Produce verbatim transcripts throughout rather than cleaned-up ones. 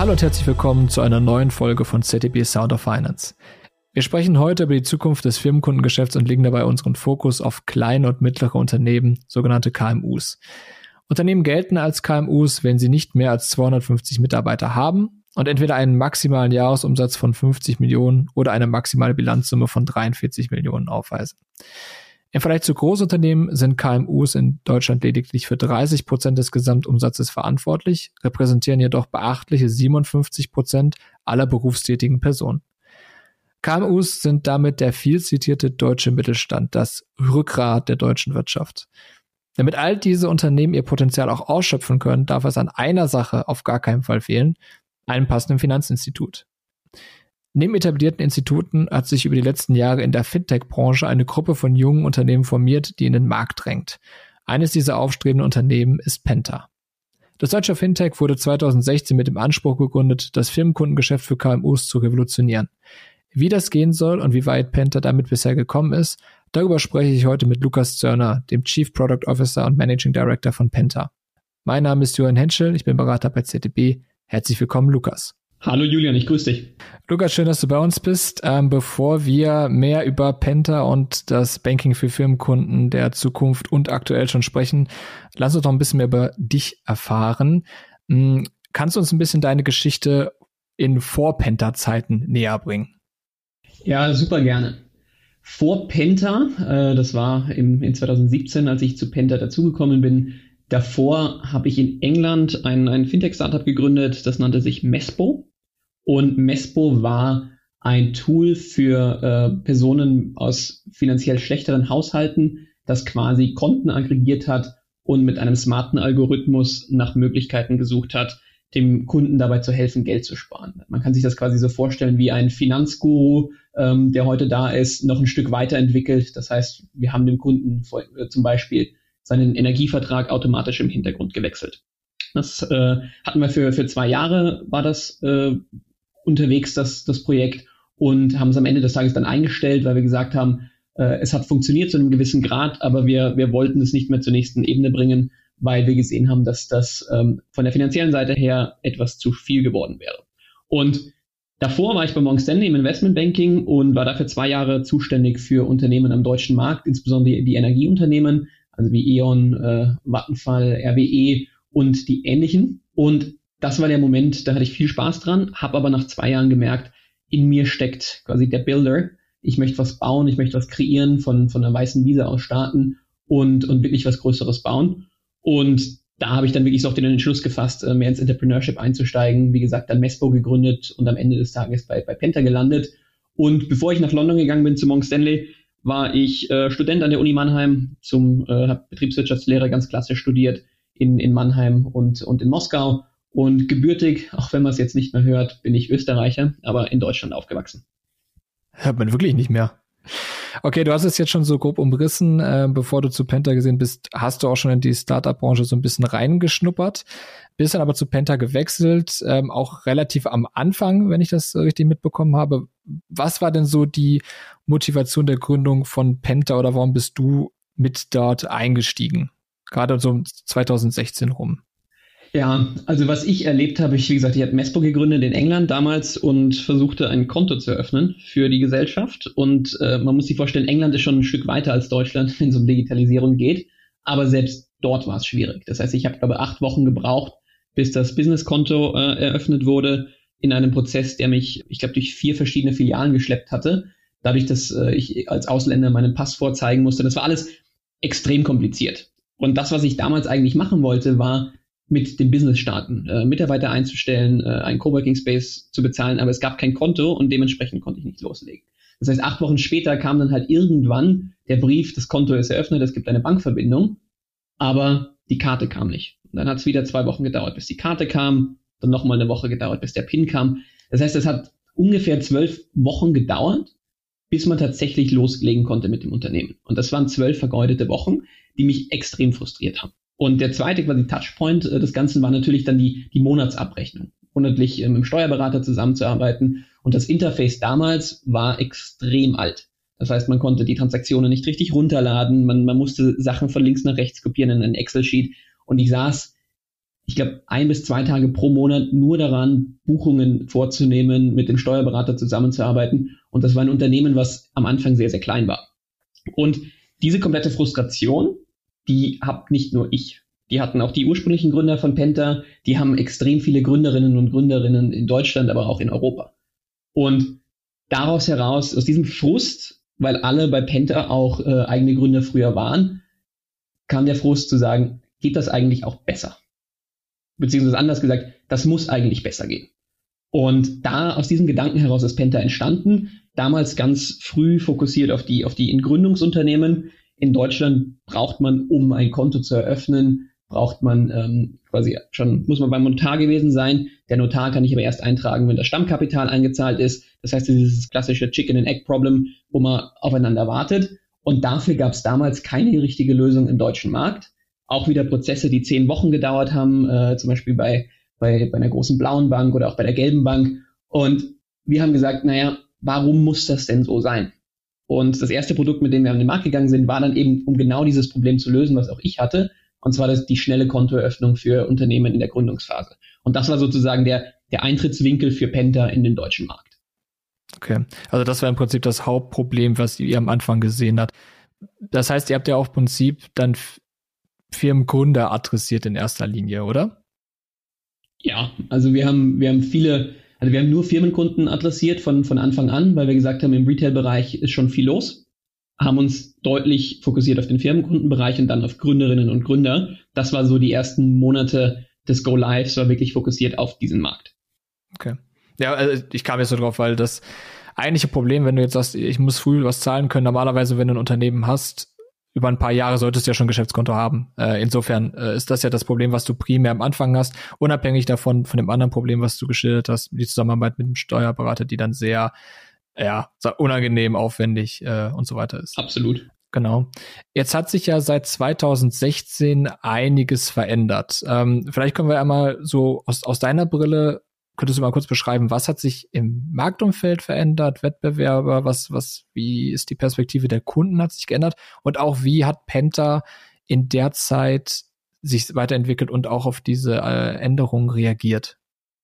Hallo und herzlich willkommen zu einer neuen Folge von Z D B Sound of Finance. Wir sprechen heute über die Zukunft des Firmenkundengeschäfts und legen dabei unseren Fokus auf kleine und mittlere Unternehmen, sogenannte K M Us. Unternehmen gelten als K M Us, wenn sie nicht mehr als zweihundertfünfzig Mitarbeiter haben und entweder einen maximalen Jahresumsatz von fünfzig Millionen oder eine maximale Bilanzsumme von dreiundvierzig Millionen aufweisen. Im Vergleich zu Großunternehmen sind K M Us in Deutschland lediglich für dreißig Prozent des Gesamtumsatzes verantwortlich, repräsentieren jedoch beachtliche siebenundfünfzig Prozent aller berufstätigen Personen. K M Us sind damit der viel zitierte deutsche Mittelstand, das Rückgrat der deutschen Wirtschaft. Damit all diese Unternehmen ihr Potenzial auch ausschöpfen können, darf es an einer Sache auf gar keinen Fall fehlen: einem passenden Finanzinstitut. Neben etablierten Instituten hat sich über die letzten Jahre in der Fintech-Branche eine Gruppe von jungen Unternehmen formiert, die in den Markt drängt. Eines dieser aufstrebenden Unternehmen ist Penta. Das deutsche Fintech wurde zweitausendsechzehn mit dem Anspruch gegründet, das Firmenkundengeschäft für K M Us zu revolutionieren. Wie das gehen soll und wie weit Penta damit bisher gekommen ist, darüber spreche ich heute mit Lukas Zörner, dem Chief Product Officer und Managing Director von Penta. Mein Name ist Julian Henschel, ich bin Berater bei Z D B. Herzlich willkommen, Lukas. Hallo Julian, ich grüße dich. Lukas, schön, dass du bei uns bist. Ähm, bevor wir mehr über Penta und das Banking für Firmenkunden der Zukunft und aktuell schon sprechen, lass uns doch ein bisschen mehr über dich erfahren. Ähm, kannst du uns ein bisschen deine Geschichte in Vor-Penta-Zeiten näher bringen? Ja, super gerne. Vor Penta, äh, das war im, in zweitausendsiebzehn, als ich zu Penta dazugekommen bin. Davor habe ich in England ein, ein Fintech-Startup gegründet, das nannte sich Mespo. Und Mespo war ein Tool für äh, Personen aus finanziell schlechteren Haushalten, das quasi Konten aggregiert hat und mit einem smarten Algorithmus nach Möglichkeiten gesucht hat, dem Kunden dabei zu helfen, Geld zu sparen. Man kann sich das quasi so vorstellen wie ein Finanzguru, ähm, der heute da ist, noch ein Stück weiterentwickelt. Das heißt, wir haben dem Kunden vor, äh, zum Beispiel seinen Energievertrag automatisch im Hintergrund gewechselt. Das äh, hatten wir für, für zwei Jahre, war das äh, unterwegs, das, das Projekt, und haben es am Ende des Tages dann eingestellt, weil wir gesagt haben, äh, es hat funktioniert zu einem gewissen Grad, aber wir, wir wollten es nicht mehr zur nächsten Ebene bringen, weil wir gesehen haben, dass das ähm, von der finanziellen Seite her etwas zu viel geworden wäre. Und davor war ich bei Morgan Stanley im Investmentbanking und war dafür zwei Jahre zuständig für Unternehmen am deutschen Markt, insbesondere die Energieunternehmen, also wie E.ON, äh, Vattenfall, R W E und die ähnlichen. Und das war der Moment, da hatte ich viel Spaß dran, habe aber nach zwei Jahren gemerkt, in mir steckt quasi der Builder. Ich möchte was bauen, ich möchte was kreieren, von, von einer weißen Wiese aus starten und, und wirklich was Größeres bauen. Und da habe ich dann wirklich so auch den Entschluss gefasst, mehr ins Entrepreneurship einzusteigen. Wie gesagt, dann Mespo gegründet und am Ende des Tages bei, bei Penta gelandet. Und bevor ich nach London gegangen bin zu Morgan Stanley, war ich äh, Student an der Uni Mannheim, zum äh, habe Betriebswirtschaftslehre ganz klassisch studiert in, in Mannheim und, und in Moskau. Und gebürtig, auch wenn man es jetzt nicht mehr hört, bin ich Österreicher, aber in Deutschland aufgewachsen. Hört man wirklich nicht mehr. Okay, du hast es jetzt schon so grob umrissen. Äh, bevor du zu Penta gesehen bist, hast du auch schon in die Startup-Branche so ein bisschen reingeschnuppert. Bist dann aber zu Penta gewechselt, ähm, auch relativ am Anfang, wenn ich das richtig mitbekommen habe. Was war denn so die Motivation der Gründung von Penta oder warum bist du mit dort eingestiegen? Gerade so um zweitausendsechzehn rum. Ja, also was ich erlebt habe, ich, wie gesagt, ich habe Mespo gegründet in England damals und versuchte ein Konto zu öffnen für die Gesellschaft. Und äh, man muss sich vorstellen, England ist schon ein Stück weiter als Deutschland, wenn es um Digitalisierung geht. Aber selbst dort war es schwierig. Das heißt, ich habe, glaube ich, acht Wochen gebraucht, bis das Businesskonto äh, eröffnet wurde, in einem Prozess, der mich, ich glaube, durch vier verschiedene Filialen geschleppt hatte. Dadurch, dass äh, ich als Ausländer meinen Pass vorzeigen musste. Das war alles extrem kompliziert. Und das, was ich damals eigentlich machen wollte, war mit dem Business starten, äh, Mitarbeiter einzustellen, äh, einen Coworking Space zu bezahlen, aber es gab kein Konto und dementsprechend konnte ich nicht loslegen. Das heißt, acht Wochen später kam dann halt irgendwann der Brief, das Konto ist eröffnet, es gibt eine Bankverbindung, aber die Karte kam nicht. Und dann hat es wieder zwei Wochen gedauert, bis die Karte kam, dann nochmal eine Woche gedauert, bis der PIN kam. Das heißt, es hat ungefähr zwölf Wochen gedauert, bis man tatsächlich loslegen konnte mit dem Unternehmen. Und das waren zwölf vergeudete Wochen, die mich extrem frustriert haben. Und der zweite quasi Touchpoint äh, des Ganzen war natürlich dann die, die Monatsabrechnung. Monatlich äh, mit dem Steuerberater zusammenzuarbeiten. Und das Interface damals war extrem alt. Das heißt, man konnte die Transaktionen nicht richtig runterladen. Man, man musste Sachen von links nach rechts kopieren in ein Excel-Sheet. Und ich saß ich glaube, ein bis zwei Tage pro Monat nur daran, Buchungen vorzunehmen, mit dem Steuerberater zusammenzuarbeiten. Und das war ein Unternehmen, was am Anfang sehr, sehr klein war. Und diese komplette Frustration, die habe nicht nur ich. Die hatten auch die ursprünglichen Gründer von Penta, die haben extrem viele Gründerinnen und Gründerinnen in Deutschland, aber auch in Europa. Und daraus heraus, aus diesem Frust, weil alle bei Penta auch äh, eigene Gründer früher waren, kam der Frust zu sagen, geht das eigentlich auch besser? Beziehungsweise anders gesagt, das muss eigentlich besser gehen. Und da aus diesem Gedanken heraus ist Penta entstanden, damals ganz früh fokussiert auf die, auf die Gründungsunternehmen. In Deutschland braucht man, um ein Konto zu eröffnen, braucht man ähm, quasi schon, muss man beim Notar gewesen sein. Der Notar kann ich aber erst eintragen, wenn das Stammkapital eingezahlt ist. Das heißt, dieses klassische Chicken-and-Egg-Problem, wo man aufeinander wartet. Und dafür gab es damals keine richtige Lösung im deutschen Markt. Auch wieder Prozesse, die zehn Wochen gedauert haben, äh, zum Beispiel bei, bei, bei einer großen blauen Bank oder auch bei der gelben Bank. Und wir haben gesagt, naja, warum muss das denn so sein? Und das erste Produkt, mit dem wir an den Markt gegangen sind, war dann eben, um genau dieses Problem zu lösen, was auch ich hatte. Und zwar das, die schnelle Kontoeröffnung für Unternehmen in der Gründungsphase. Und das war sozusagen der, der Eintrittswinkel für Penta in den deutschen Markt. Okay, also das war im Prinzip das Hauptproblem, was ihr am Anfang gesehen habt. Das heißt, ihr habt ja auch im Prinzip dann Firmengründer adressiert in erster Linie, oder? Ja, also wir haben, wir haben viele, also wir haben nur Firmenkunden adressiert von, von Anfang an, weil wir gesagt haben, im Retail-Bereich ist schon viel los, haben uns deutlich fokussiert auf den Firmenkundenbereich und dann auf Gründerinnen und Gründer. Das war so die ersten Monate des Go-Lives, war wirklich fokussiert auf diesen Markt. Okay. Ja, also ich kam jetzt so drauf, weil das eigentliche Problem, wenn du jetzt sagst, ich muss früh was zahlen können, normalerweise, wenn du ein Unternehmen hast, über ein paar Jahre solltest du ja schon ein Geschäftskonto haben. Äh, insofern äh, ist das ja das Problem, was du primär am Anfang hast, unabhängig davon, von dem anderen Problem, was du geschildert hast, die Zusammenarbeit mit dem Steuerberater, die dann sehr, ja, unangenehm, aufwendig äh, und so weiter ist. Absolut. Genau. Jetzt hat sich ja seit zweitausendsechzehn einiges verändert. Ähm, vielleicht können wir einmal so aus, aus deiner Brille, könntest du mal kurz beschreiben, was hat sich im Marktumfeld verändert, Wettbewerber, was, was, wie ist die Perspektive der Kunden hat sich geändert und auch wie hat Penta in der Zeit sich weiterentwickelt und auch auf diese äh, Änderungen reagiert?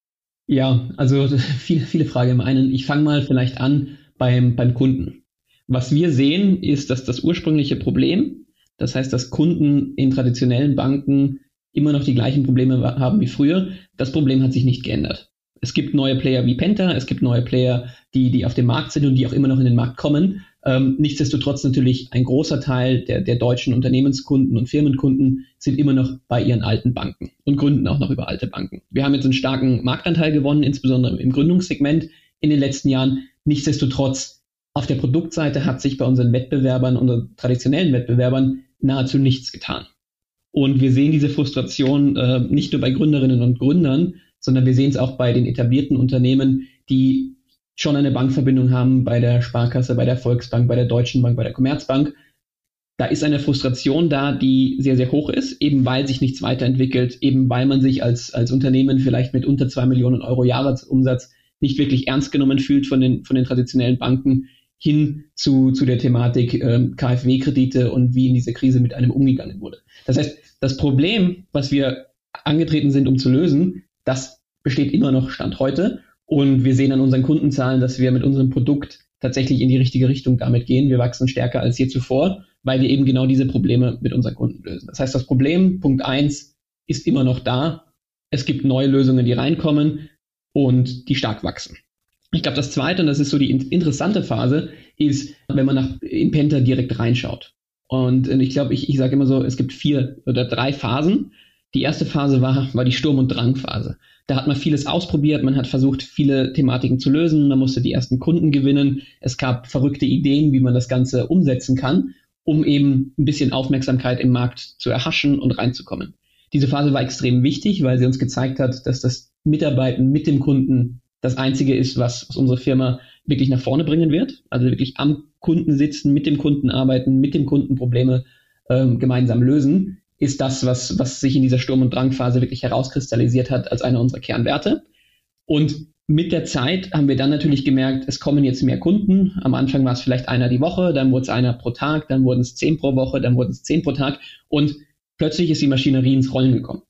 Ja, also viele, viele Fragen im einen. Ich fange mal vielleicht an beim, beim Kunden. Was wir sehen, ist, dass das ursprüngliche Problem, das heißt, dass Kunden in traditionellen Banken immer noch die gleichen Probleme haben wie früher, das Problem hat sich nicht geändert. Es gibt neue Player wie Penta, es gibt neue Player, die, die auf dem Markt sind und die auch immer noch in den Markt kommen. Ähm, nichtsdestotrotz natürlich ein großer Teil der, der deutschen Unternehmenskunden und Firmenkunden sind immer noch bei ihren alten Banken und gründen auch noch über alte Banken. Wir haben jetzt einen starken Marktanteil gewonnen, insbesondere im Gründungssegment in den letzten Jahren. Nichtsdestotrotz, auf der Produktseite hat sich bei unseren Wettbewerbern, unseren traditionellen Wettbewerbern nahezu nichts getan. Und wir sehen diese Frustration äh, nicht nur bei Gründerinnen und Gründern, sondern wir sehen es auch bei den etablierten Unternehmen, die schon eine Bankverbindung haben bei der Sparkasse, bei der Volksbank, bei der Deutschen Bank, bei der Commerzbank. Da ist eine Frustration da, die sehr, sehr hoch ist, eben weil sich nichts weiterentwickelt, eben weil man sich als, als Unternehmen vielleicht mit unter zwei Millionen Euro Jahresumsatz nicht wirklich ernst genommen fühlt von den, von den traditionellen Banken hin zu, zu der Thematik ähm, K f W-Kredite und wie in dieser Krise mit einem umgegangen wurde. Das heißt, das Problem, was wir angetreten sind, um zu lösen, das besteht immer noch Stand heute. Und wir sehen an unseren Kundenzahlen, dass wir mit unserem Produkt tatsächlich in die richtige Richtung damit gehen. Wir wachsen stärker als je zuvor, weil wir eben genau diese Probleme mit unseren Kunden lösen. Das heißt, das Problem, Punkt eins, ist immer noch da. Es gibt neue Lösungen, die reinkommen und die stark wachsen. Ich glaube, das Zweite, und das ist so die interessante Phase, ist, wenn man nach, in Penta direkt reinschaut. Und ich glaube, ich, ich sage immer so, es gibt vier oder drei Phasen. Die erste Phase war, war die Sturm- und Drangphase. Da hat man vieles ausprobiert, man hat versucht, viele Thematiken zu lösen, man musste die ersten Kunden gewinnen. Es gab verrückte Ideen, wie man das Ganze umsetzen kann, um eben ein bisschen Aufmerksamkeit im Markt zu erhaschen und reinzukommen. Diese Phase war extrem wichtig, weil sie uns gezeigt hat, dass das Mitarbeiten mit dem Kunden das Einzige ist, was, was unsere Firma wirklich nach vorne bringen wird. Also wirklich am Kunden sitzen, mit dem Kunden arbeiten, mit dem Kunden Probleme ähm, gemeinsam lösen, ist das, was, was sich in dieser Sturm- und Drangphase wirklich herauskristallisiert hat als einer unserer Kernwerte. Und mit der Zeit haben wir dann natürlich gemerkt, es kommen jetzt mehr Kunden. Am Anfang war es vielleicht einer die Woche, dann wurde es einer pro Tag, dann wurden es zehn pro Woche, dann wurden es zehn pro Tag und plötzlich ist die Maschinerie ins Rollen gekommen.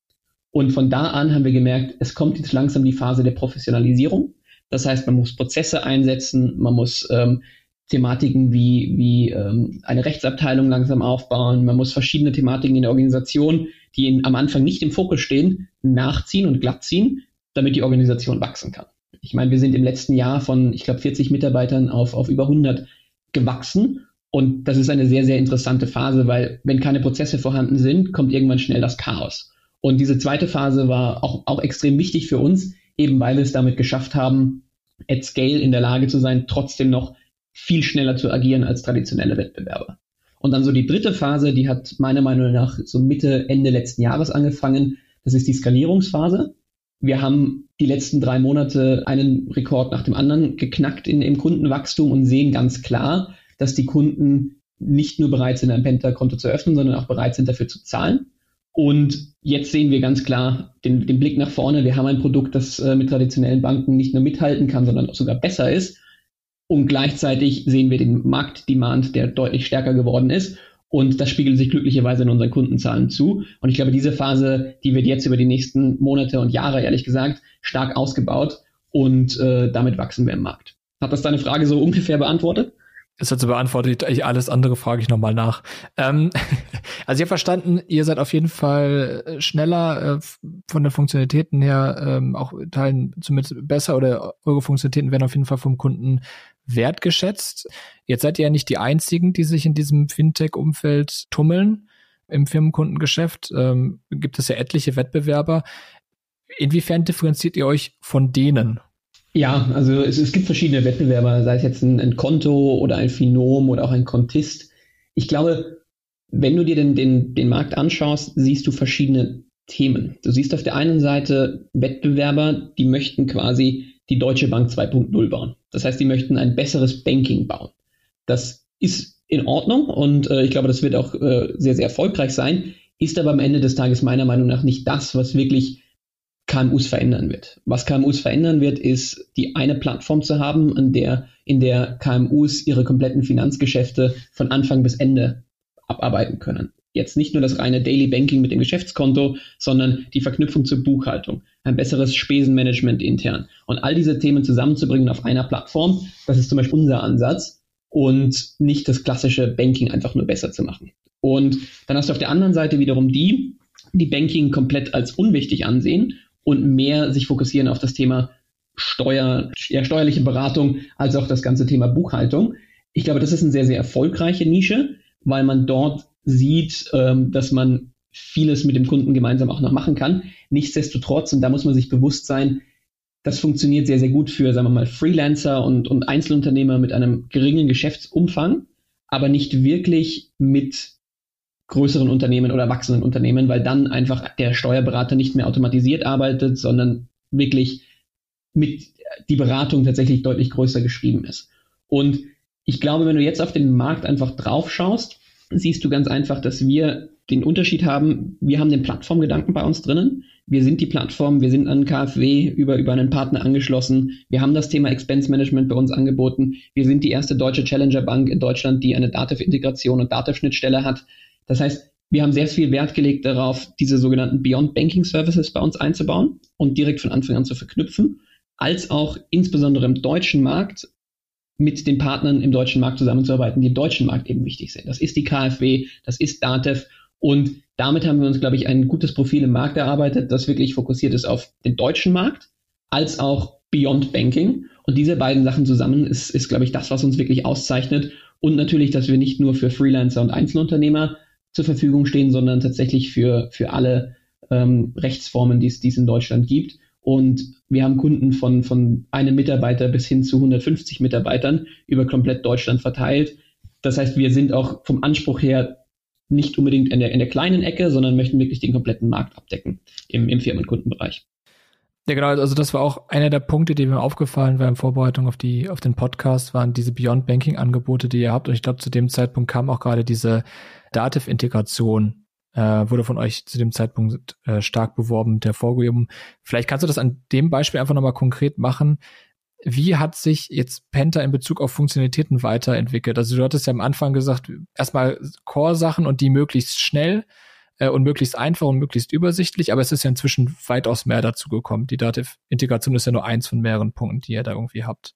Und von da an haben wir gemerkt, es kommt jetzt langsam die Phase der Professionalisierung. Das heißt, man muss Prozesse einsetzen, man muss ähm, Thematiken wie, wie ähm, eine Rechtsabteilung langsam aufbauen, man muss verschiedene Thematiken in der Organisation, die in, am Anfang nicht im Fokus stehen, nachziehen und glattziehen, damit die Organisation wachsen kann. Ich meine, wir sind im letzten Jahr von, ich glaube, vierzig Mitarbeitern auf, auf über hundert gewachsen. Und das ist eine sehr, sehr interessante Phase, weil wenn keine Prozesse vorhanden sind, kommt irgendwann schnell das Chaos. Und diese zweite Phase war auch, auch extrem wichtig für uns, eben weil wir es damit geschafft haben, at scale in der Lage zu sein, trotzdem noch viel schneller zu agieren als traditionelle Wettbewerber. Und dann so die dritte Phase, die hat meiner Meinung nach so Mitte, Ende letzten Jahres angefangen. Das ist die Skalierungsphase. Wir haben die letzten drei Monate einen Rekord nach dem anderen geknackt in, im Kundenwachstum und sehen ganz klar, dass die Kunden nicht nur bereit sind, ein Penta-Konto zu öffnen, sondern auch bereit sind, dafür zu zahlen. Und jetzt sehen wir ganz klar den, den Blick nach vorne. Wir haben ein Produkt, das äh, mit traditionellen Banken nicht nur mithalten kann, sondern auch sogar besser ist. Und gleichzeitig sehen wir den Marktdemand, der deutlich stärker geworden ist. Und das spiegelt sich glücklicherweise in unseren Kundenzahlen zu. Und ich glaube, diese Phase, die wird jetzt über die nächsten Monate und Jahre, ehrlich gesagt, stark ausgebaut. Und äh, damit wachsen wir im Markt. Hat das deine Frage so ungefähr beantwortet? Das hat so beantwortet, alles andere frage ich nochmal nach. Ähm, also ihr habt verstanden, ihr seid auf jeden Fall schneller äh, von den Funktionalitäten her, ähm, auch Teilen zumindest besser, oder eure Funktionalitäten werden auf jeden Fall vom Kunden wertgeschätzt. Jetzt seid ihr ja nicht die Einzigen, die sich in diesem Fintech-Umfeld tummeln. Im Firmenkundengeschäft ähm, gibt es ja etliche Wettbewerber. Inwiefern differenziert ihr euch von denen? Ja, also es, es gibt verschiedene Wettbewerber, sei es jetzt ein, ein Konto oder ein Finom oder auch ein Kontist. Ich glaube, wenn du dir den, den, den Markt anschaust, siehst du verschiedene Themen. Du siehst auf der einen Seite Wettbewerber, die möchten quasi die Deutsche Bank zwei Punkt null bauen. Das heißt, die möchten ein besseres Banking bauen. Das ist in Ordnung und äh, ich glaube, das wird auch äh, sehr, sehr erfolgreich sein, ist aber am Ende des Tages meiner Meinung nach nicht das, was wirklich K M Us verändern wird. Was K M Us verändern wird, ist, die eine Plattform zu haben, in der, in der K M Us ihre kompletten Finanzgeschäfte von Anfang bis Ende abarbeiten können. Jetzt nicht nur das reine Daily Banking mit dem Geschäftskonto, sondern die Verknüpfung zur Buchhaltung, ein besseres Spesenmanagement intern und all diese Themen zusammenzubringen auf einer Plattform, das ist zum Beispiel unser Ansatz und nicht das klassische Banking einfach nur besser zu machen. Und dann hast du auf der anderen Seite wiederum die, die Banking komplett als unwichtig ansehen und mehr sich fokussieren auf das Thema Steuer, ja, steuerliche Beratung, als auch das ganze Thema Buchhaltung. Ich glaube, das ist eine sehr, sehr erfolgreiche Nische, weil man dort sieht, ähm, dass man vieles mit dem Kunden gemeinsam auch noch machen kann. Nichtsdestotrotz, und da muss man sich bewusst sein, das funktioniert sehr, sehr gut für, sagen wir mal, Freelancer und, und Einzelunternehmer mit einem geringen Geschäftsumfang, aber nicht wirklich mit größeren Unternehmen oder wachsenden Unternehmen, weil dann einfach der Steuerberater nicht mehr automatisiert arbeitet, sondern wirklich mit die Beratung tatsächlich deutlich größer geschrieben ist. Und ich glaube, wenn du jetzt auf den Markt einfach drauf schaust, siehst du ganz einfach, dass wir den Unterschied haben. Wir haben den Plattformgedanken bei uns drinnen. Wir sind die Plattform, wir sind an K f W über, über einen Partner angeschlossen. Wir haben das Thema Expense Management bei uns angeboten. Wir sind die erste deutsche Challenger Bank in Deutschland, die eine Datev-Integration und Datev-Schnittstelle hat. Das heißt, wir haben sehr viel Wert gelegt darauf, diese sogenannten Beyond Banking Services bei uns einzubauen und direkt von Anfang an zu verknüpfen, als auch insbesondere im deutschen Markt mit den Partnern im deutschen Markt zusammenzuarbeiten, die im deutschen Markt eben wichtig sind. Das ist die K f W, das ist Datev und damit haben wir uns, glaube ich, ein gutes Profil im Markt erarbeitet, das wirklich fokussiert ist auf den deutschen Markt, als auch Beyond Banking. Und diese beiden Sachen zusammen ist, ist, glaube ich, das, was uns wirklich auszeichnet. Und natürlich, dass wir nicht nur für Freelancer und Einzelunternehmer zur Verfügung stehen, sondern tatsächlich für, für alle ähm, Rechtsformen, die es, die es in Deutschland gibt. Und wir haben Kunden von, von einem Mitarbeiter bis hin zu hundertfünfzig Mitarbeitern über komplett Deutschland verteilt. Das heißt, wir sind auch vom Anspruch her nicht unbedingt in der, in der kleinen Ecke, sondern möchten wirklich den kompletten Markt abdecken im, im Firmenkundenbereich. Ja, genau. Also das war auch einer der Punkte, die mir aufgefallen war in Vorbereitung auf die, auf den Podcast, waren diese Beyond Banking Angebote, die ihr habt. Und ich glaube, zu dem Zeitpunkt kam auch gerade diese Datev-Integration, äh, wurde von euch zu dem Zeitpunkt äh, stark beworben, hervorgehoben. Vielleicht kannst du das an dem Beispiel einfach nochmal konkret machen. Wie hat sich jetzt Penta in Bezug auf Funktionalitäten weiterentwickelt? Also du hattest ja am Anfang gesagt, erstmal Core-Sachen und die möglichst schnell äh, und möglichst einfach und möglichst übersichtlich, aber es ist ja inzwischen weitaus mehr dazu gekommen. Die Dativ-Integration ist ja nur eins von mehreren Punkten, die ihr da irgendwie habt.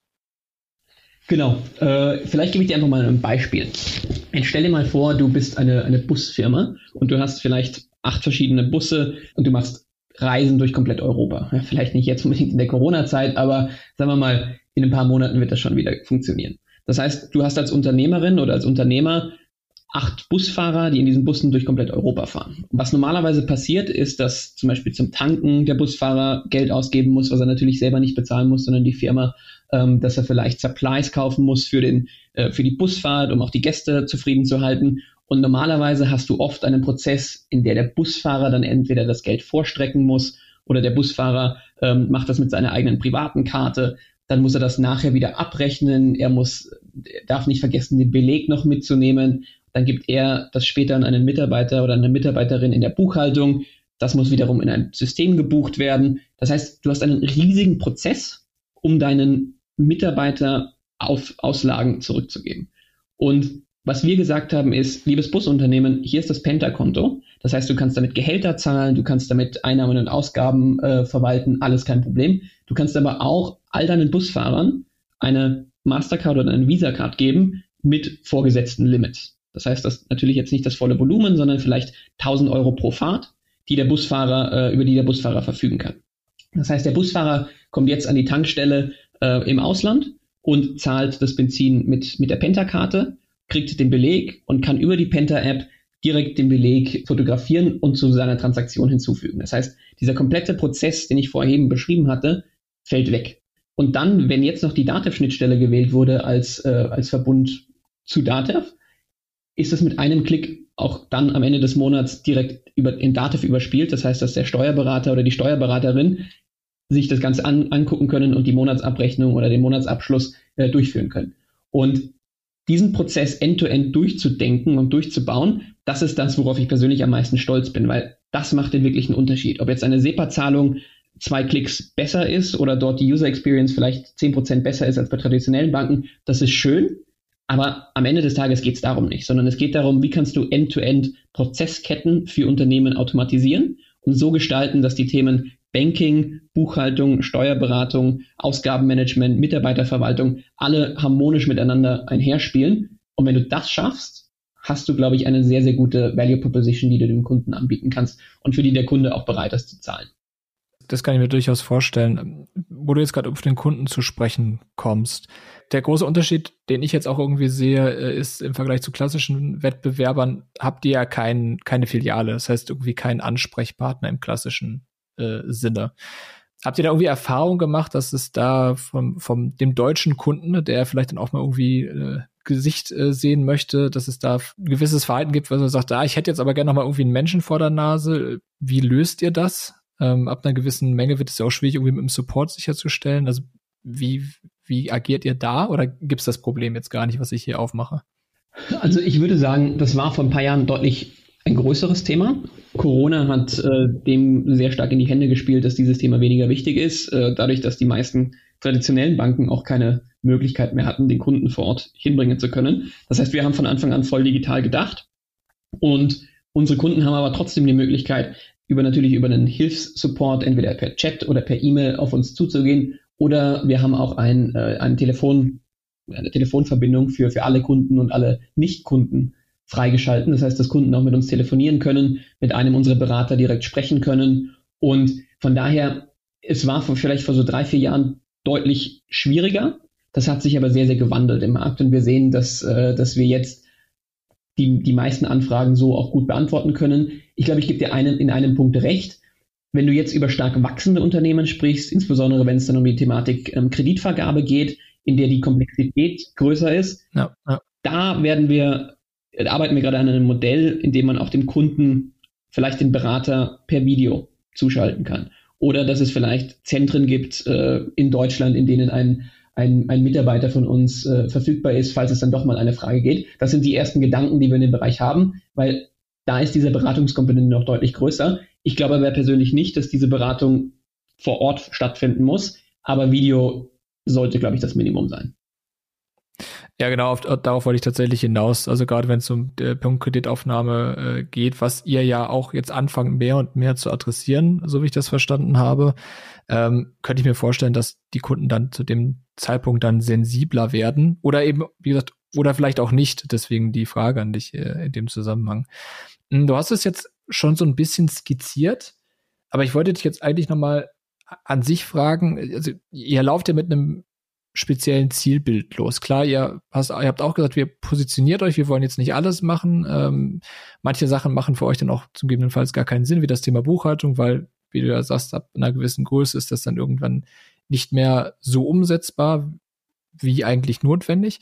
Genau. Äh, vielleicht gebe ich dir einfach mal ein Beispiel. Jetzt stell dir mal vor, du bist eine, eine Busfirma und du hast vielleicht acht verschiedene Busse und du machst Reisen durch komplett Europa. Ja, vielleicht nicht jetzt unbedingt in der Corona-Zeit, aber sagen wir mal, in ein paar Monaten wird das schon wieder funktionieren. Das heißt, du hast als Unternehmerin oder als Unternehmer acht Busfahrer, die in diesen Bussen durch komplett Europa fahren. Und was normalerweise passiert, ist, dass zum Beispiel zum Tanken der Busfahrer Geld ausgeben muss, was er natürlich selber nicht bezahlen muss, sondern die Firma, ähm, dass er vielleicht Supplies kaufen muss für den, äh, für die Busfahrt, um auch die Gäste zufrieden zu halten. Und normalerweise hast du oft einen Prozess, in der der Busfahrer dann entweder das Geld vorstrecken muss oder der Busfahrer ähm, macht das mit seiner eigenen privaten Karte. Dann muss er das nachher wieder abrechnen. Er muss, er darf nicht vergessen, den Beleg noch mitzunehmen. Dann gibt er das später an einen Mitarbeiter oder eine Mitarbeiterin in der Buchhaltung. Das muss wiederum in ein System gebucht werden. Das heißt, du hast einen riesigen Prozess, um deinen Mitarbeiter auf Auslagen zurückzugeben. Und was wir gesagt haben ist, liebes Busunternehmen, hier ist das Penta-Konto. Das heißt, du kannst damit Gehälter zahlen, du kannst damit Einnahmen und Ausgaben äh, verwalten, alles kein Problem. Du kannst aber auch all deinen Busfahrern eine Mastercard oder eine Visa-Card geben mit vorgesetzten Limits. Das heißt, das natürlich jetzt nicht das volle Volumen, sondern vielleicht tausend Euro pro Fahrt, die der Busfahrer, äh, über die der Busfahrer verfügen kann. Das heißt, der Busfahrer kommt jetzt an die Tankstelle äh, im Ausland und zahlt das Benzin mit, mit der Penta-Karte, kriegt den Beleg und kann über die Penta-App direkt den Beleg fotografieren und zu seiner Transaktion hinzufügen. Das heißt, dieser komplette Prozess, den ich vorher eben beschrieben hatte, fällt weg. Und dann, wenn jetzt noch die Dativ-Schnittstelle gewählt wurde als, äh, als Verbund zu Dativ, ist es mit einem Klick auch dann am Ende des Monats direkt über, in Dativ überspielt. Das heißt, dass der Steuerberater oder die Steuerberaterin sich das Ganze an, angucken können und die Monatsabrechnung oder den Monatsabschluss äh, durchführen können. Und diesen Prozess end-to-end durchzudenken und durchzubauen, das ist das, worauf ich persönlich am meisten stolz bin, weil das macht den wirklichen Unterschied. Ob jetzt eine SEPA-Zahlung zwei Klicks besser ist oder dort die User Experience vielleicht zehn Prozent besser ist als bei traditionellen Banken, das ist schön. Aber am Ende des Tages geht es darum nicht, sondern es geht darum, wie kannst du End-to-End Prozessketten für Unternehmen automatisieren und so gestalten, dass die Themen Banking, Buchhaltung, Steuerberatung, Ausgabenmanagement, Mitarbeiterverwaltung alle harmonisch miteinander einherspielen. Und wenn du das schaffst, hast du, glaube ich, eine sehr, sehr gute Value Proposition, die du dem Kunden anbieten kannst und für die der Kunde auch bereit ist zu zahlen. Das kann ich mir durchaus vorstellen. Wo du jetzt gerade auf den Kunden zu sprechen kommst. Der große Unterschied, den ich jetzt auch irgendwie sehe, ist im Vergleich zu klassischen Wettbewerbern, habt ihr ja kein, keine Filiale. Das heißt irgendwie keinen Ansprechpartner im klassischen äh, Sinne. Habt ihr da irgendwie Erfahrung gemacht, dass es da vom, vom dem deutschen Kunden, der vielleicht dann auch mal irgendwie äh, Gesicht äh, sehen möchte, dass es da ein gewisses Verhalten gibt, was er sagt, ah, ich hätte jetzt aber gerne noch mal irgendwie einen Menschen vor der Nase. Wie löst ihr das? Ähm, ab einer gewissen Menge wird es ja auch schwierig, irgendwie mit dem Support sicherzustellen. Also wie, wie agiert ihr da oder gibt es das Problem jetzt gar nicht, was ich hier aufmache? Also ich würde sagen, das war vor ein paar Jahren deutlich ein größeres Thema. Corona hat äh, dem sehr stark in die Hände gespielt, dass dieses Thema weniger wichtig ist, äh, dadurch, dass die meisten traditionellen Banken auch keine Möglichkeit mehr hatten, den Kunden vor Ort hinbringen zu können. Das heißt, wir haben von Anfang an voll digital gedacht und unsere Kunden haben aber trotzdem die Möglichkeit, über natürlich über einen Hilfssupport, entweder per Chat oder per E-Mail auf uns zuzugehen. Oder wir haben auch ein, äh, ein Telefon, eine Telefonverbindung für, für alle Kunden und alle Nicht-Kunden freigeschalten. Das heißt, dass Kunden auch mit uns telefonieren können, mit einem unserer Berater direkt sprechen können. Und von daher, es war vielleicht vor so drei, vier Jahren deutlich schwieriger. Das hat sich aber sehr, sehr gewandelt im Markt. Und wir sehen, dass, äh, dass wir jetzt die, die meisten Anfragen so auch gut beantworten können. Ich glaube, ich gebe dir einen, in einem Punkt recht. Wenn du jetzt über stark wachsende Unternehmen sprichst, insbesondere wenn es dann um die Thematik ähm, Kreditvergabe geht, in der die Komplexität größer ist, ja, ja. da werden wir, da arbeiten wir gerade an einem Modell, in dem man auch dem Kunden vielleicht den Berater per Video zuschalten kann. Oder dass es vielleicht Zentren gibt äh, in Deutschland, in denen ein Ein, ein Mitarbeiter von uns äh, verfügbar ist, falls es dann doch mal eine Frage geht. Das sind die ersten Gedanken, die wir in dem Bereich haben, weil da ist diese Beratungskomponente noch deutlich größer. Ich glaube aber persönlich nicht, dass diese Beratung vor Ort stattfinden muss, aber Video sollte, glaube ich, das Minimum sein. Ja, genau, auf, darauf wollte ich tatsächlich hinaus. Also gerade wenn es um die Punktkreditaufnahme äh, geht, was ihr ja auch jetzt anfangt, mehr und mehr zu adressieren, so wie ich das verstanden habe, ähm, könnte ich mir vorstellen, dass die Kunden dann zu dem Zeitpunkt dann sensibler werden oder eben, wie gesagt, oder vielleicht auch nicht. Deswegen die Frage an dich äh, in dem Zusammenhang. Du hast es jetzt schon so ein bisschen skizziert, aber ich wollte dich jetzt eigentlich nochmal an sich fragen, also ihr lauft ja mit einem speziellen Zielbild los. Klar, ihr, hast, ihr habt auch gesagt, wir positioniert euch, wir wollen jetzt nicht alles machen. Ähm, manche Sachen machen für euch dann auch zum gegebenenfalls gar keinen Sinn, wie das Thema Buchhaltung, weil, wie du ja sagst, ab einer gewissen Größe ist das dann irgendwann nicht mehr so umsetzbar, wie eigentlich notwendig.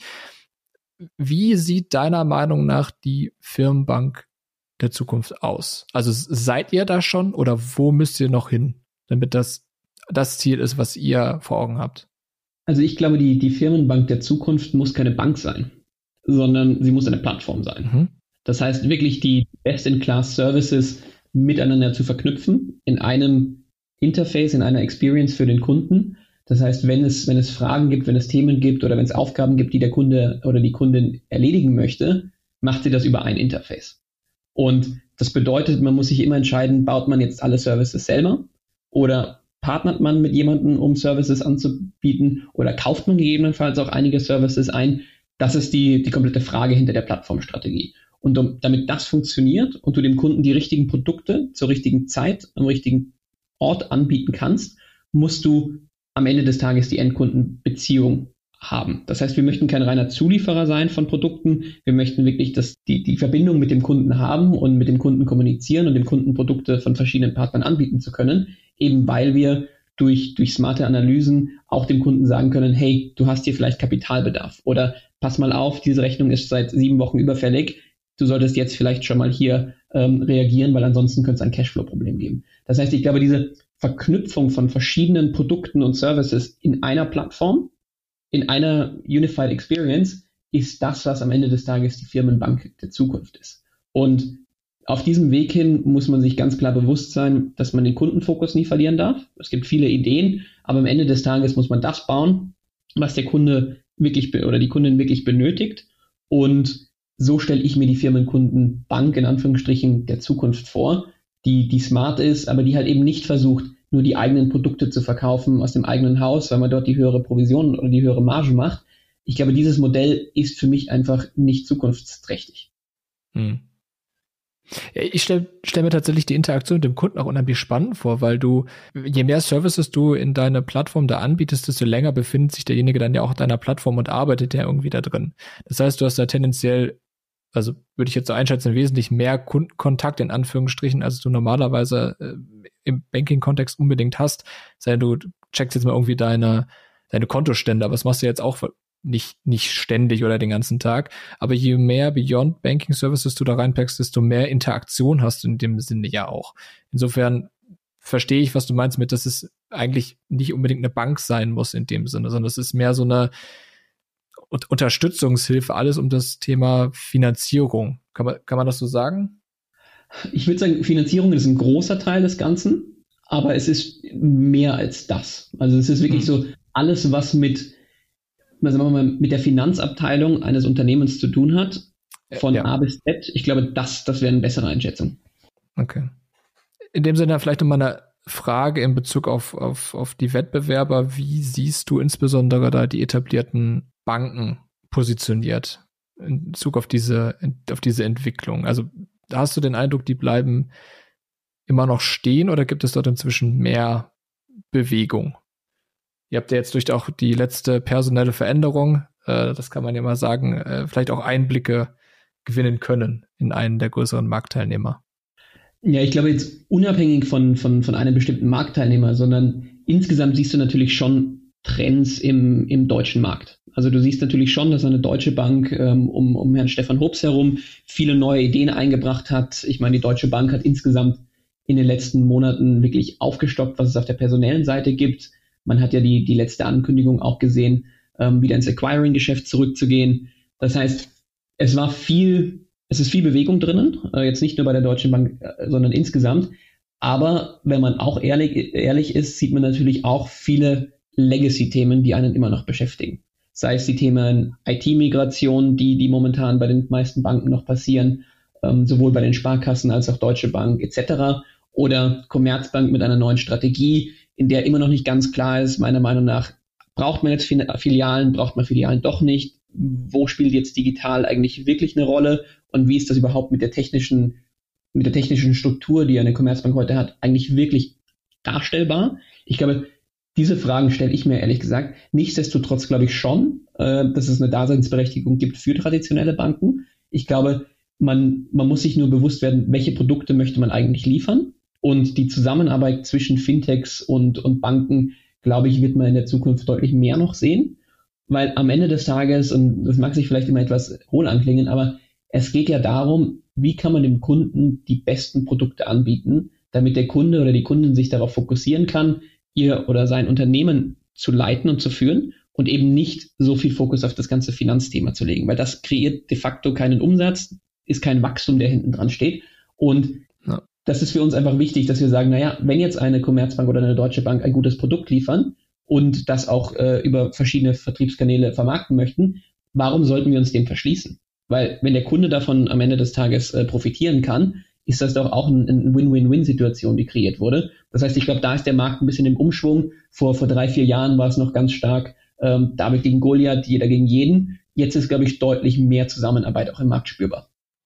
Wie sieht deiner Meinung nach die Firmenbank der Zukunft aus? Also seid ihr da schon oder wo müsst ihr noch hin, damit das das Ziel ist, was ihr vor Augen habt? Also ich glaube, die, die Firmenbank der Zukunft muss keine Bank sein, sondern sie muss eine Plattform sein. Mhm. Das heißt, wirklich die Best-in-Class-Services miteinander zu verknüpfen in einem Interface, in einer Experience für den Kunden. Das heißt, wenn es, wenn es Fragen gibt, wenn es Themen gibt oder wenn es Aufgaben gibt, die der Kunde oder die Kundin erledigen möchte, macht sie das über ein Interface. Und das bedeutet, man muss sich immer entscheiden, baut man jetzt alle Services selber oder partnert man mit jemandem, um Services anzubieten oder kauft man gegebenenfalls auch einige Services ein? Das ist die, die komplette Frage hinter der Plattformstrategie. Und um, damit das funktioniert und du dem Kunden die richtigen Produkte zur richtigen Zeit am richtigen Ort anbieten kannst, musst du am Ende des Tages die Endkundenbeziehung haben. Das heißt, wir möchten kein reiner Zulieferer sein von Produkten. Wir möchten wirklich das, die, die Verbindung mit dem Kunden haben und mit dem Kunden kommunizieren und dem Kunden Produkte von verschiedenen Partnern anbieten zu können, eben weil wir durch, durch smarte Analysen auch dem Kunden sagen können, hey, du hast hier vielleicht Kapitalbedarf oder pass mal auf, diese Rechnung ist seit sieben Wochen überfällig. Du solltest jetzt vielleicht schon mal hier ähm, reagieren, weil ansonsten könnte es ein Cashflow-Problem geben. Das heißt, ich glaube, diese Verknüpfung von verschiedenen Produkten und Services in einer Plattform, in einer Unified Experience, ist das, was am Ende des Tages die Firmenbank der Zukunft ist. Und auf diesem Weg hin muss man sich ganz klar bewusst sein, dass man den Kundenfokus nie verlieren darf. Es gibt viele Ideen, aber am Ende des Tages muss man das bauen, was der Kunde wirklich oder die Kundin wirklich benötigt. Und so stelle ich mir die Firmenkundenbank in Anführungsstrichen der Zukunft vor, die, die smart ist, aber die halt eben nicht versucht, nur die eigenen Produkte zu verkaufen aus dem eigenen Haus, weil man dort die höhere Provision oder die höhere Marge macht. Ich glaube, dieses Modell ist für mich einfach nicht zukunftsträchtig. Hm. Ja, ich stelle stell mir tatsächlich die Interaktion mit dem Kunden auch unheimlich spannend vor, weil du, je mehr Services du in deiner Plattform da anbietest, desto länger befindet sich derjenige dann ja auch auf deiner Plattform und arbeitet ja irgendwie da drin. Das heißt, du hast da tendenziell, also würde ich jetzt so einschätzen, wesentlich mehr Kundenkontakt in Anführungsstrichen, als du normalerweise äh, im Banking-Kontext unbedingt hast. Sei du checkst jetzt mal irgendwie deine, deine Kontostände, aber das machst du jetzt auch nicht, nicht ständig oder den ganzen Tag. Aber je mehr Beyond Banking Services du da reinpackst, desto mehr Interaktion hast du in dem Sinne ja auch. Insofern verstehe ich, was du meinst mit, dass es eigentlich nicht unbedingt eine Bank sein muss in dem Sinne, sondern es ist mehr so eine Unterstützungshilfe, alles um das Thema Finanzierung. Kann man, kann man das so sagen? Ich würde sagen, Finanzierung ist ein großer Teil des Ganzen, aber es ist mehr als das. Also es ist wirklich hm. so alles, was mit, sagen wir mal, mit der Finanzabteilung eines Unternehmens zu tun hat, von ja. A bis Z. Ich glaube, das, das wäre eine bessere Einschätzung. Okay. In dem Sinne vielleicht nochmal eine Frage in Bezug auf, auf, auf die Wettbewerber. Wie siehst du insbesondere da die etablierten Banken positioniert in Bezug auf diese, auf diese Entwicklung? Also hast du den Eindruck, die bleiben immer noch stehen oder gibt es dort inzwischen mehr Bewegung? Ihr habt ja jetzt durch auch die letzte personelle Veränderung, äh, das kann man ja mal sagen, äh, vielleicht auch Einblicke gewinnen können in einen der größeren Marktteilnehmer. Ja, ich glaube jetzt unabhängig von, von, von einem bestimmten Marktteilnehmer, sondern insgesamt siehst du natürlich schon Trends im, im deutschen Markt. Also du siehst natürlich schon, dass eine Deutsche Bank ähm, um, um Herrn Stefan Hoops herum viele neue Ideen eingebracht hat. Ich meine, die Deutsche Bank hat insgesamt in den letzten Monaten wirklich aufgestockt, was es auf der personellen Seite gibt. Man hat ja die, die letzte Ankündigung auch gesehen, ähm, wieder ins Acquiring-Geschäft zurückzugehen. Das heißt, es war viel, es ist viel Bewegung drinnen, äh, jetzt nicht nur bei der Deutschen Bank, äh, sondern insgesamt. Aber wenn man auch ehrlich, ehrlich ist, sieht man natürlich auch viele Legacy-Themen, die einen immer noch beschäftigen. sei es die Themen I T-Migration, die, die momentan bei den meisten Banken noch passieren, ähm, sowohl bei den Sparkassen als auch Deutsche Bank et cetera. Oder Commerzbank mit einer neuen Strategie, in der immer noch nicht ganz klar ist, meiner Meinung nach, braucht man jetzt Filialen, braucht man Filialen doch nicht? Wo spielt jetzt digital eigentlich wirklich eine Rolle? Und wie ist das überhaupt mit der technischen, mit der technischen Struktur, die eine Commerzbank heute hat, eigentlich wirklich darstellbar? Ich glaube, diese Fragen stelle ich mir ehrlich gesagt. Nichtsdestotrotz glaube ich schon, äh, dass es eine Daseinsberechtigung gibt für traditionelle Banken. Ich glaube, man, man muss sich nur bewusst werden, welche Produkte möchte man eigentlich liefern. Und die Zusammenarbeit zwischen Fintechs und, und Banken, glaube ich, wird man in der Zukunft deutlich mehr noch sehen. Weil am Ende des Tages, und das mag sich vielleicht immer etwas hohl anklingen, aber es geht ja darum, wie kann man dem Kunden die besten Produkte anbieten, damit der Kunde oder die Kundin sich darauf fokussieren kann, ihr oder sein Unternehmen zu leiten und zu führen und eben nicht so viel Fokus auf das ganze Finanzthema zu legen, weil das kreiert de facto keinen Umsatz, ist kein Wachstum, der hinten dran steht. Und ja. Das ist für uns einfach wichtig, dass wir sagen, naja, wenn jetzt eine Commerzbank oder eine Deutsche Bank ein gutes Produkt liefern und das auch äh, über verschiedene Vertriebskanäle vermarkten möchten, warum sollten wir uns dem verschließen? Weil wenn der Kunde davon am Ende des Tages äh, profitieren kann, ist das doch auch eine ein Win-Win-Win-Situation, die kreiert wurde. Das heißt, ich glaube, da ist der Markt ein bisschen im Umschwung. Vor, vor drei, vier Jahren war es noch ganz stark ähm, David gegen Goliath, jeder gegen jeden. Jetzt ist, glaube ich, deutlich mehr Zusammenarbeit auch im Markt spürbar.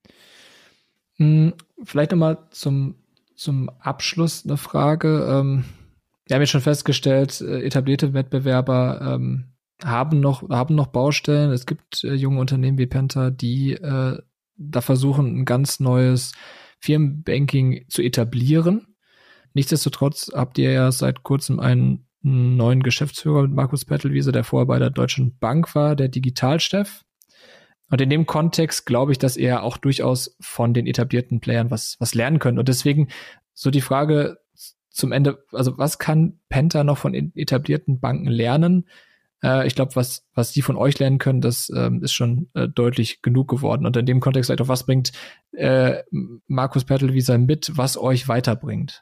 Vielleicht nochmal zum, zum Abschluss eine Frage. Ähm, wir haben jetzt schon festgestellt, etablierte Wettbewerber ähm, haben noch, haben noch Baustellen. Es gibt äh, junge Unternehmen wie Penta, die äh, da versuchen, ein ganz neues Firmenbanking zu etablieren. Nichtsdestotrotz habt ihr ja seit kurzem einen neuen Geschäftsführer mit Markus Pettelwiese, der vorher bei der Deutschen Bank war, der Digitalchef. Und in dem Kontext glaube ich, dass er auch durchaus von den etablierten Playern was, was lernen können. Und deswegen so die Frage zum Ende, also was kann Penta noch von etablierten Banken lernen? Äh, ich glaube, was, was die von euch lernen können, das ähm, ist schon äh, deutlich genug geworden. Und in dem Kontext vielleicht auch, was bringt äh, Markus Pettelwiese mit, was euch weiterbringt?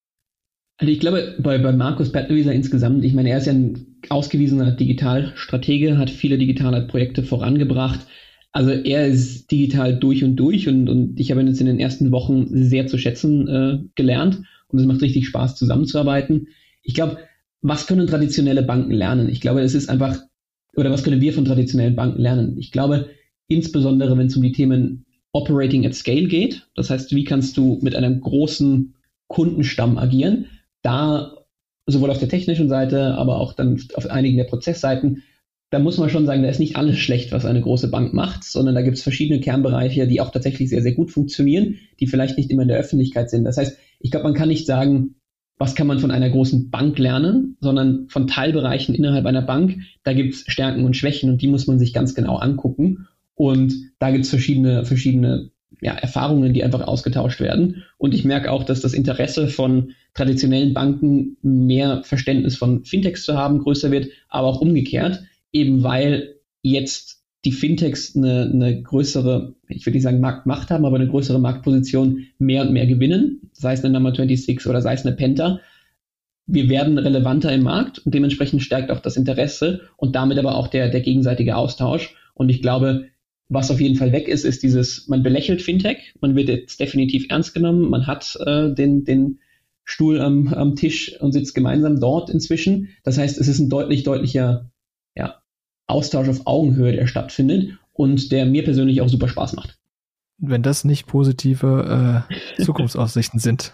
Also ich glaube, bei, bei Markus Pettelwiese insgesamt, ich meine, er ist ja ein ausgewiesener Digitalstratege, hat viele digitale Projekte vorangebracht. Also er ist digital durch und durch und, und ich habe ihn jetzt in den ersten Wochen sehr zu schätzen äh, gelernt und es macht richtig Spaß, zusammenzuarbeiten. Ich glaube, was können traditionelle Banken lernen? Ich glaube, es ist einfach, oder was können wir von traditionellen Banken lernen? Ich glaube, insbesondere, wenn es um die Themen Operating at Scale geht, das heißt, wie kannst du mit einem großen Kundenstamm agieren, da sowohl auf der technischen Seite, aber auch dann auf einigen der Prozessseiten, da muss man schon sagen, da ist nicht alles schlecht, was eine große Bank macht, sondern da gibt es verschiedene Kernbereiche, die auch tatsächlich sehr, sehr gut funktionieren, die vielleicht nicht immer in der Öffentlichkeit sind. Das heißt, ich glaube, man kann nicht sagen, was kann man von einer großen Bank lernen, sondern von Teilbereichen innerhalb einer Bank, da gibt es Stärken und Schwächen und die muss man sich ganz genau angucken. Und da gibt es verschiedene, verschiedene ja, Erfahrungen, die einfach ausgetauscht werden. Und ich merke auch, dass das Interesse von traditionellen Banken, mehr Verständnis von Fintechs zu haben, größer wird, aber auch umgekehrt, eben weil jetzt die Fintechs eine, eine größere, ich will nicht sagen Marktmacht haben, aber eine größere Marktposition mehr und mehr gewinnen, sei es eine Number sechsundzwanzig oder sei es eine Penta. Wir werden relevanter im Markt und dementsprechend stärkt auch das Interesse und damit aber auch der, der gegenseitige Austausch. Und ich glaube, was auf jeden Fall weg ist, ist dieses, man belächelt Fintech, man wird jetzt definitiv ernst genommen, man hat äh, den, den Stuhl am, am Tisch und sitzt gemeinsam dort inzwischen. Das heißt, es ist ein deutlich, deutlicher ja, Austausch auf Augenhöhe, der stattfindet und der mir persönlich auch super Spaß macht. Wenn das nicht positive äh, Zukunftsaussichten sind.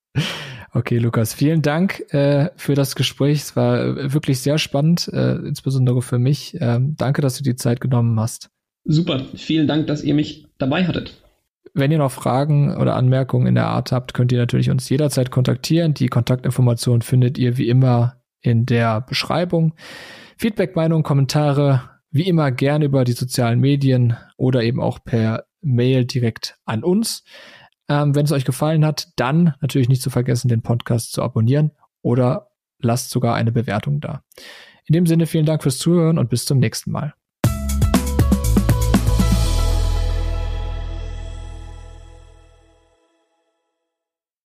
Okay, Lukas, vielen Dank äh, für das Gespräch. Es war wirklich sehr spannend, äh, insbesondere für mich. Ähm, danke, dass du die Zeit genommen hast. Super, vielen Dank, dass ihr mich dabei hattet. Wenn ihr noch Fragen oder Anmerkungen in der Art habt, könnt ihr natürlich uns jederzeit kontaktieren. Die Kontaktinformationen findet ihr wie immer in der Beschreibung. Feedback, Meinung, Kommentare wie immer gerne über die sozialen Medien oder eben auch per Mail direkt an uns. Ähm, wenn es euch gefallen hat, dann natürlich nicht zu vergessen, den Podcast zu abonnieren oder lasst sogar eine Bewertung da. In dem Sinne, vielen Dank fürs Zuhören und bis zum nächsten Mal.